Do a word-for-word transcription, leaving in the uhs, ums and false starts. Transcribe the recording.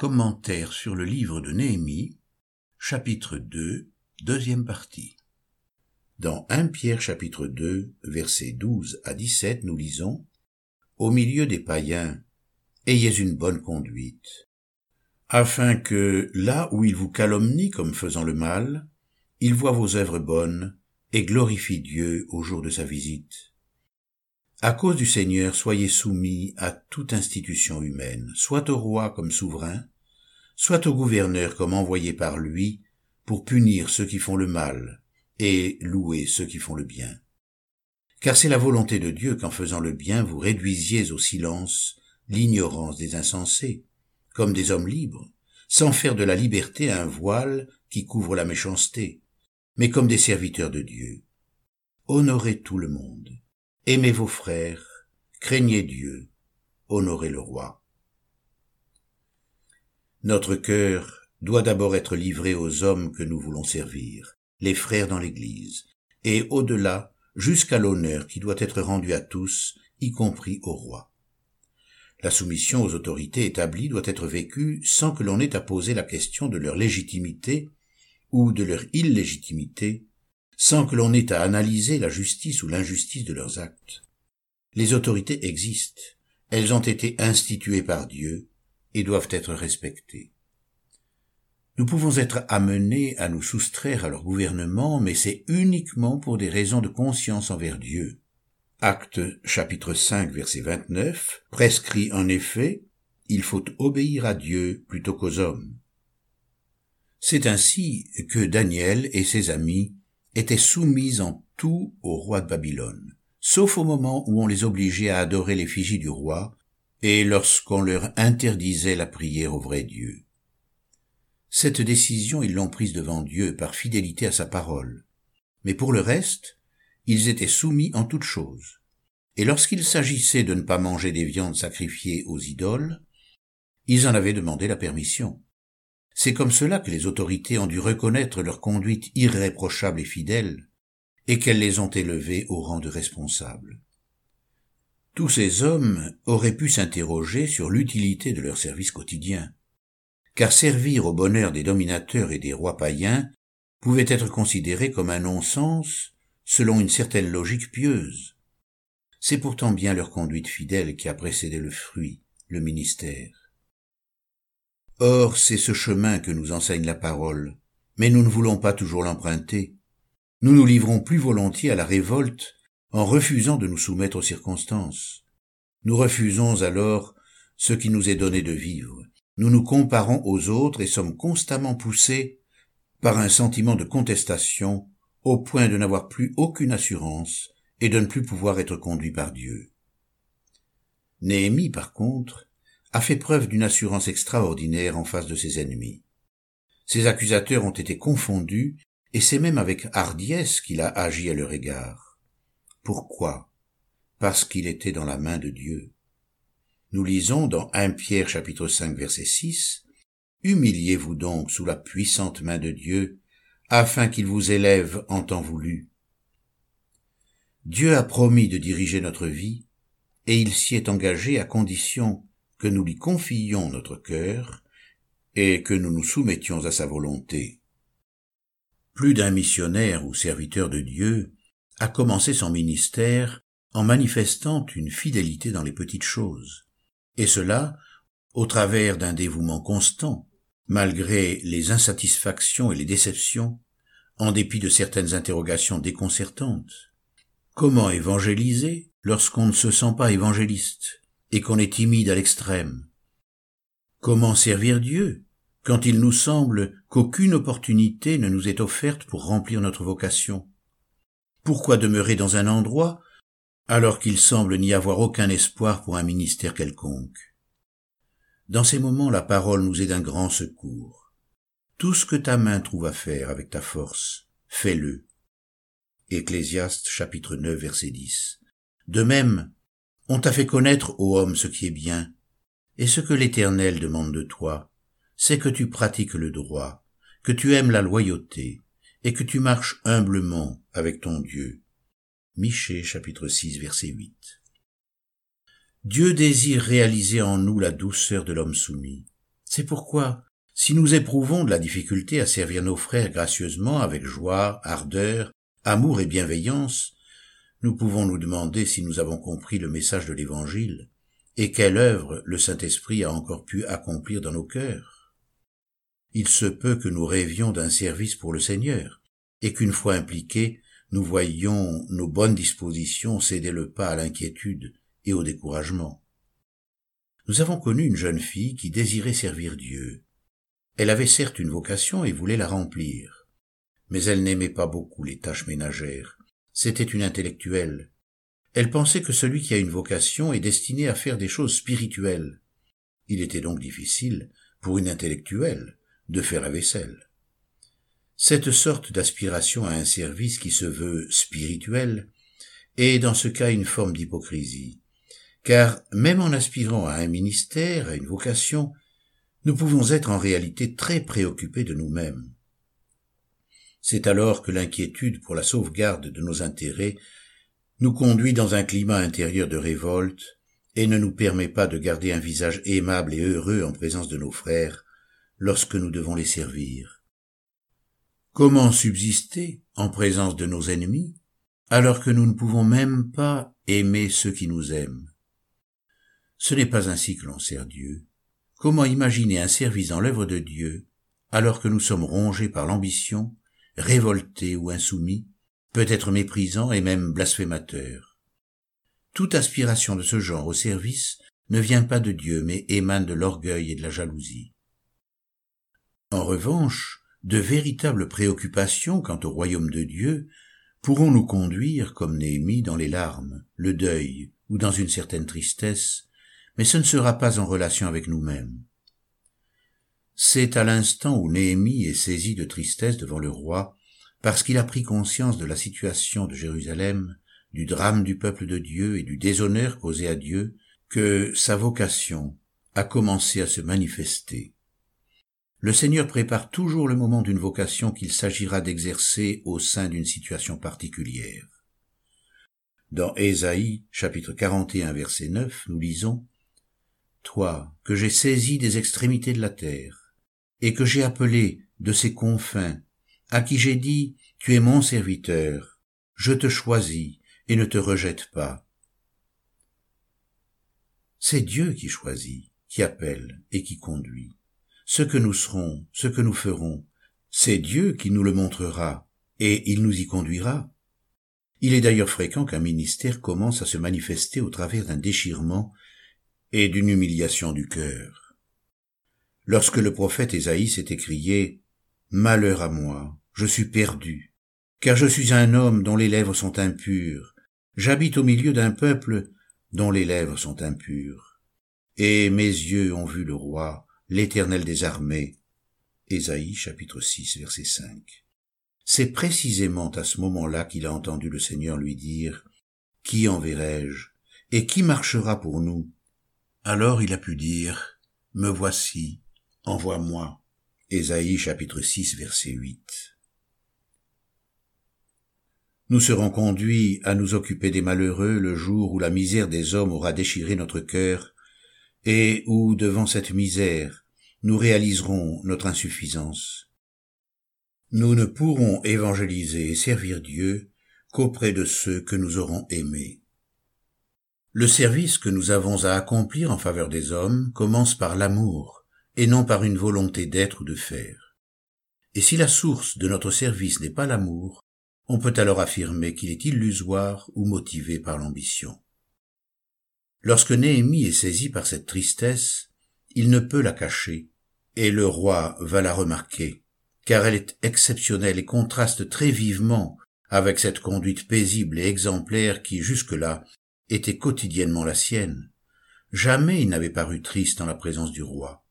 Commentaire sur le livre de Néhémie, chapitre deux, deuxième partie. Dans premier Pierre chapitre deux, versets douze à dix-sept, nous lisons « Au milieu des païens, ayez une bonne conduite, afin que, là où ils vous calomnient comme faisant le mal, ils voient vos œuvres bonnes et glorifient Dieu au jour de sa visite. À cause du Seigneur, soyez soumis à toute institution humaine, soit au roi comme souverain, soit au gouverneur comme envoyé par lui pour punir ceux qui font le mal et louer ceux qui font le bien. Car c'est la volonté de Dieu qu'en faisant le bien, vous réduisiez au silence l'ignorance des insensés, comme des hommes libres, sans faire de la liberté un voile qui couvre la méchanceté, mais comme des serviteurs de Dieu. Honorez tout le monde. Aimez vos frères, craignez Dieu, honorez le roi. Notre cœur doit d'abord être livré aux hommes que nous voulons servir, les frères dans l'Église, et au-delà, jusqu'à l'honneur qui doit être rendu à tous, y compris au roi. La soumission aux autorités établies doit être vécue sans que l'on ait à poser la question de leur légitimité ou de leur illégitimité, sans que l'on ait à analyser la justice ou l'injustice de leurs actes. Les autorités existent, elles ont été instituées par Dieu et doivent être respectées. Nous pouvons être amenés à nous soustraire à leur gouvernement, mais c'est uniquement pour des raisons de conscience envers Dieu. Actes chapitre cinq verset vingt-neuf prescrit en effet « Il faut obéir à Dieu plutôt qu'aux hommes ». C'est ainsi que Daniel et ses amis étaient soumis en tout au roi de Babylone, sauf au moment où on les obligeait à adorer l'effigie du roi et lorsqu'on leur interdisait la prière au vrai Dieu. Cette décision, ils l'ont prise devant Dieu par fidélité à sa parole. Mais pour le reste, ils étaient soumis en toutes choses. Et lorsqu'il s'agissait de ne pas manger des viandes sacrifiées aux idoles, ils en avaient demandé la permission. C'est comme cela que les autorités ont dû reconnaître leur conduite irréprochable et fidèle, et qu'elles les ont élevés au rang de responsables. Tous ces hommes auraient pu s'interroger sur l'utilité de leur service quotidien, car servir au bonheur des dominateurs et des rois païens pouvait être considéré comme un non-sens selon une certaine logique pieuse. C'est pourtant bien leur conduite fidèle qui a précédé le fruit, le ministère. Or, c'est ce chemin que nous enseigne la parole, mais nous ne voulons pas toujours l'emprunter. Nous nous livrons plus volontiers à la révolte en refusant de nous soumettre aux circonstances. Nous refusons alors ce qui nous est donné de vivre. Nous nous comparons aux autres et sommes constamment poussés par un sentiment de contestation au point de n'avoir plus aucune assurance et de ne plus pouvoir être conduit par Dieu. Néhémie, par contre, a fait preuve d'une assurance extraordinaire en face de ses ennemis. Ses accusateurs ont été confondus, et c'est même avec hardiesse qu'il a agi à leur égard. Pourquoi? Parce qu'il était dans la main de Dieu. Nous lisons dans premier Pierre chapitre cinq verset six, « Humiliez-vous donc sous la puissante main de Dieu, afin qu'il vous élève en temps voulu. » Dieu a promis de diriger notre vie, et il s'y est engagé à condition que nous lui confiions notre cœur et que nous nous soumettions à sa volonté. Plus d'un missionnaire ou serviteur de Dieu a commencé son ministère en manifestant une fidélité dans les petites choses, et cela au travers d'un dévouement constant, malgré les insatisfactions et les déceptions, en dépit de certaines interrogations déconcertantes. Comment évangéliser lorsqu'on ne se sent pas évangéliste et qu'on est timide à l'extrême? Comment servir Dieu quand il nous semble qu'aucune opportunité ne nous est offerte pour remplir notre vocation? Pourquoi demeurer dans un endroit alors qu'il semble n'y avoir aucun espoir pour un ministère quelconque? Dans ces moments, la parole nous est d'un grand secours. Tout ce que ta main trouve à faire avec ta force, fais-le. Ecclésiaste chapitre neuf verset dix. De même, on t'a fait connaître, ô homme, ce qui est bien, et ce que l'Éternel demande de toi, c'est que tu pratiques le droit, que tu aimes la loyauté, et que tu marches humblement avec ton Dieu. Michée chapitre six verset huit. Dieu désire réaliser en nous la douceur de l'homme soumis, C'est pourquoi, si nous éprouvons de la difficulté à servir nos frères gracieusement avec joie, ardeur, amour et bienveillance, nous pouvons nous demander si nous avons compris le message de l'Évangile et quelle œuvre le Saint-Esprit a encore pu accomplir dans nos cœurs. Il se peut que nous rêvions d'un service pour le Seigneur et qu'une fois impliqués, nous voyions nos bonnes dispositions céder le pas à l'inquiétude et au découragement. Nous avons connu une jeune fille qui désirait servir Dieu. Elle avait certes une vocation et voulait la remplir, mais elle n'aimait pas beaucoup les tâches ménagères. C'était une intellectuelle. Elle pensait que celui qui a une vocation est destiné à faire des choses spirituelles. Il était donc difficile, pour une intellectuelle, de faire la vaisselle. Cette sorte d'aspiration à un service qui se veut spirituel est dans ce cas une forme d'hypocrisie, car même en aspirant à un ministère, à une vocation, nous pouvons être en réalité très préoccupés de nous-mêmes. C'est alors que l'inquiétude pour la sauvegarde de nos intérêts nous conduit dans un climat intérieur de révolte et ne nous permet pas de garder un visage aimable et heureux en présence de nos frères lorsque nous devons les servir. Comment subsister en présence de nos ennemis alors que nous ne pouvons même pas aimer ceux qui nous aiment? Ce n'est pas ainsi que l'on sert Dieu. Comment imaginer un service dans l'œuvre de Dieu alors que nous sommes rongés par l'ambition, révoltés ou insoumis, peut-être méprisants et même blasphémateurs? Toute aspiration de ce genre au service ne vient pas de Dieu mais émane de l'orgueil et de la jalousie. En revanche, de véritables préoccupations quant au royaume de Dieu pourront nous conduire, comme Néhémie, dans les larmes, le deuil ou dans une certaine tristesse, mais ce ne sera pas en relation avec nous-mêmes. C'est à l'instant où Néhémie est saisi de tristesse devant le roi, parce qu'il a pris conscience de la situation de Jérusalem, du drame du peuple de Dieu et du déshonneur causé à Dieu, que sa vocation a commencé à se manifester. Le Seigneur prépare toujours le moment d'une vocation qu'il s'agira d'exercer au sein d'une situation particulière. Dans Ésaïe, chapitre quarante et un, verset neuf, nous lisons « Toi, que j'ai saisi des extrémités de la terre, et que j'ai appelé de ses confins, à qui j'ai dit, tu es mon serviteur, je te choisis et ne te rejette pas. » C'est Dieu qui choisit, qui appelle et qui conduit. Ce que nous serons, ce que nous ferons, c'est Dieu qui nous le montrera, et il nous y conduira. Il est d'ailleurs fréquent qu'un ministère commence à se manifester au travers d'un déchirement et d'une humiliation du cœur. Lorsque le prophète Ésaïe s'est écrié « Malheur à moi, je suis perdu, car je suis un homme dont les lèvres sont impures, j'habite au milieu d'un peuple dont les lèvres sont impures, et mes yeux ont vu le roi, l'Éternel des armées. » Ésaïe chapitre six, verset cinq. C'est précisément à ce moment-là qu'il a entendu le Seigneur lui dire « Qui enverrai-je et qui marchera pour nous ?» Alors il a pu dire « Me voici, envoie-moi. » Ésaïe chapitre six, verset huit. Nous serons conduits à nous occuper des malheureux le jour où la misère des hommes aura déchiré notre cœur et où, devant cette misère, nous réaliserons notre insuffisance. Nous ne pourrons évangéliser et servir Dieu qu'auprès de ceux que nous aurons aimés. Le service que nous avons à accomplir en faveur des hommes commence par l'amour et non par une volonté d'être ou de faire. Et si la source de notre service n'est pas l'amour, on peut alors affirmer qu'il est illusoire ou motivé par l'ambition. Lorsque Néhémie est saisi par cette tristesse, il ne peut la cacher, et le roi va la remarquer, car elle est exceptionnelle et contraste très vivement avec cette conduite paisible et exemplaire qui, jusque-là, était quotidiennement la sienne. Jamais il n'avait paru triste en la présence du roi.